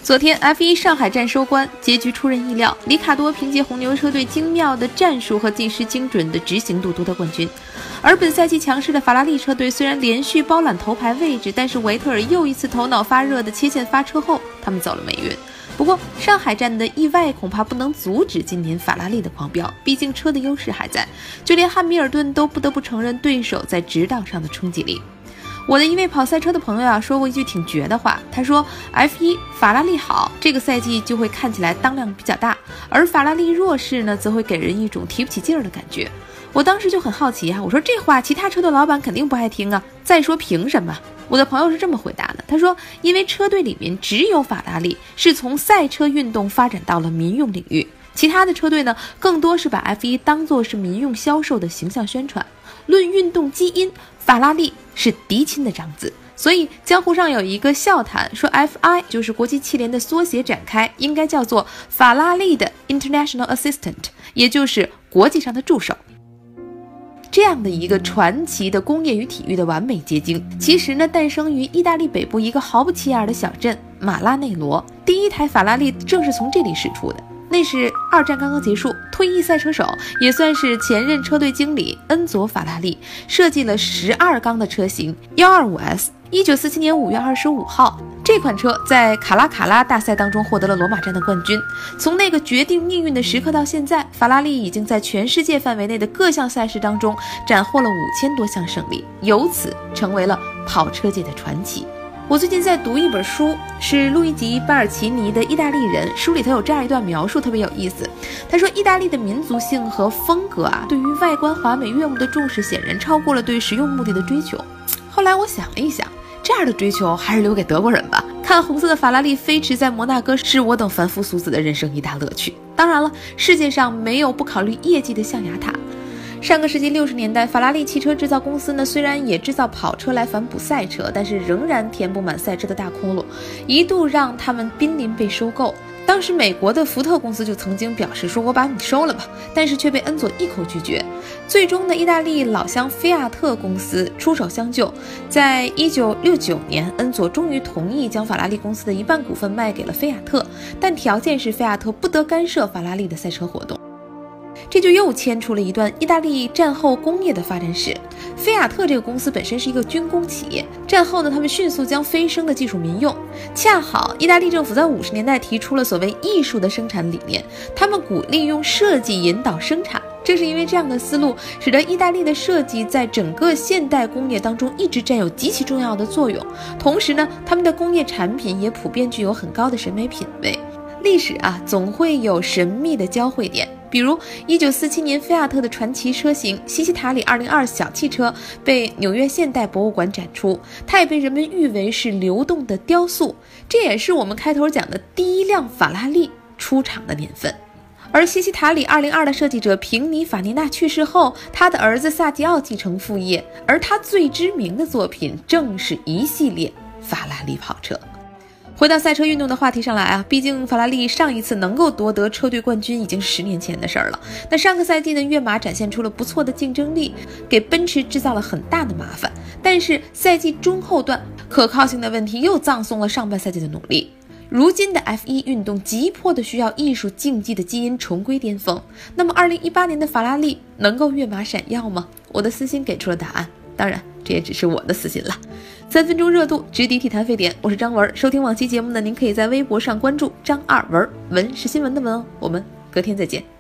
昨天 F1 上海站收官，结局出人意料，里卡多凭借红牛车队精妙的战术和技师精准的执行度夺得冠军。而本赛季强势的法拉利车队虽然连续包揽头牌位置，但是维特尔又一次头脑发热的切线发车后，他们走了霉运。不过上海站的意外恐怕不能阻止今年法拉利的狂飙，毕竟车的优势还在，就连汉密尔顿都不得不承认对手在直道上的冲击力。我的一位跑赛车的朋友说过一句挺绝的话，他说 F1 法拉利好，这个赛季就会看起来当量比较大，而法拉利弱势呢，则会给人一种提不起劲儿的感觉。我当时就很好奇我说这话其他车队老板肯定不爱听啊，再说凭什么？我的朋友是这么回答的，他说因为车队里面只有法拉利是从赛车运动发展到了民用领域，其他的车队呢更多是把 F1 当作是民用销售的形象宣传。论运动基因，法拉利是嫡亲的长子，所以江湖上有一个笑谈说 FI 就是国际汽联的缩写展开，应该叫做法拉利的 International Assistant， 也就是国际上的助手。这样的一个传奇的工业与体育的完美结晶，其实呢诞生于意大利北部一个毫不起眼的小镇马拉内罗，第一台法拉利正是从这里试出的。那是二战刚刚结束，退役赛车手也算是前任车队经理恩佐·法拉利设计了12缸的车型 125S。 1947年5月25号，这款车在卡拉大赛当中获得了罗马站的冠军。从那个决定命运的时刻到现在，法拉利已经在全世界范围内的各项赛事当中斩获了5000多项胜利，由此成为了跑车界的传奇。我最近在读一本书，是路易吉·巴尔奇尼的《意大利人》，书里头有这样一段描述特别有意思。他说意大利的民族性和风格对于外观华美悦目的重视显然超过了对实用目的的追求。后来我想了一想，这样的追求还是留给德国人吧。看红色的法拉利飞驰在摩纳哥是我等凡夫俗子的人生一大乐趣。当然了，世界上没有不考虑业绩的象牙塔。上个世纪60年代，法拉利汽车制造公司呢，虽然也制造跑车来反哺赛车，但是仍然填不满赛车的大窟窿，一度让他们濒临被收购。当时美国的福特公司就曾经表示说我把你收了吧，但是却被恩佐一口拒绝。最终呢，意大利老乡菲亚特公司出手相救，在1969年，恩佐终于同意将法拉利公司的一半股份卖给了菲亚特，但条件是菲亚特不得干涉法拉利的赛车活动。这就又牵出了一段意大利战后工业的发展史。菲亚特这个公司本身是一个军工企业，战后呢，他们迅速将飞升的技术民用。恰好意大利政府在50年代提出了所谓艺术的生产理念，他们鼓励用设计引导生产。正是因为这样的思路，使得意大利的设计在整个现代工业当中一直占有极其重要的作用。同时呢，他们的工业产品也普遍具有很高的审美品味。历史总会有神秘的交汇点。比如1947年，菲亚特的传奇车型西西塔里202小汽车被纽约现代博物馆展出，它也被人们誉为是流动的雕塑，这也是我们开头讲的第一辆法拉利出厂的年份。而西西塔里202的设计者平尼·法尼纳去世后，他的儿子萨吉奥继承父业，而他最知名的作品正是一系列法拉利跑车。回到赛车运动的话题上来毕竟法拉利上一次能够夺得车队冠军已经10年前的事儿了。那上个赛季呢，跃马展现出了不错的竞争力，给奔驰制造了很大的麻烦。但是赛季中后段，可靠性的问题又葬送了上半赛季的努力。如今的 F1 运动急迫的需要艺术竞技的基因重归巅峰。那么2018年的法拉利能够跃马闪耀吗？我的私心给出了答案，当然这也只是我的私心了。3分钟热度，直抵体坛沸点，我是张文。收听往期节目呢，您可以在微博上关注张二文，文是新闻的文哦。我们隔天再见。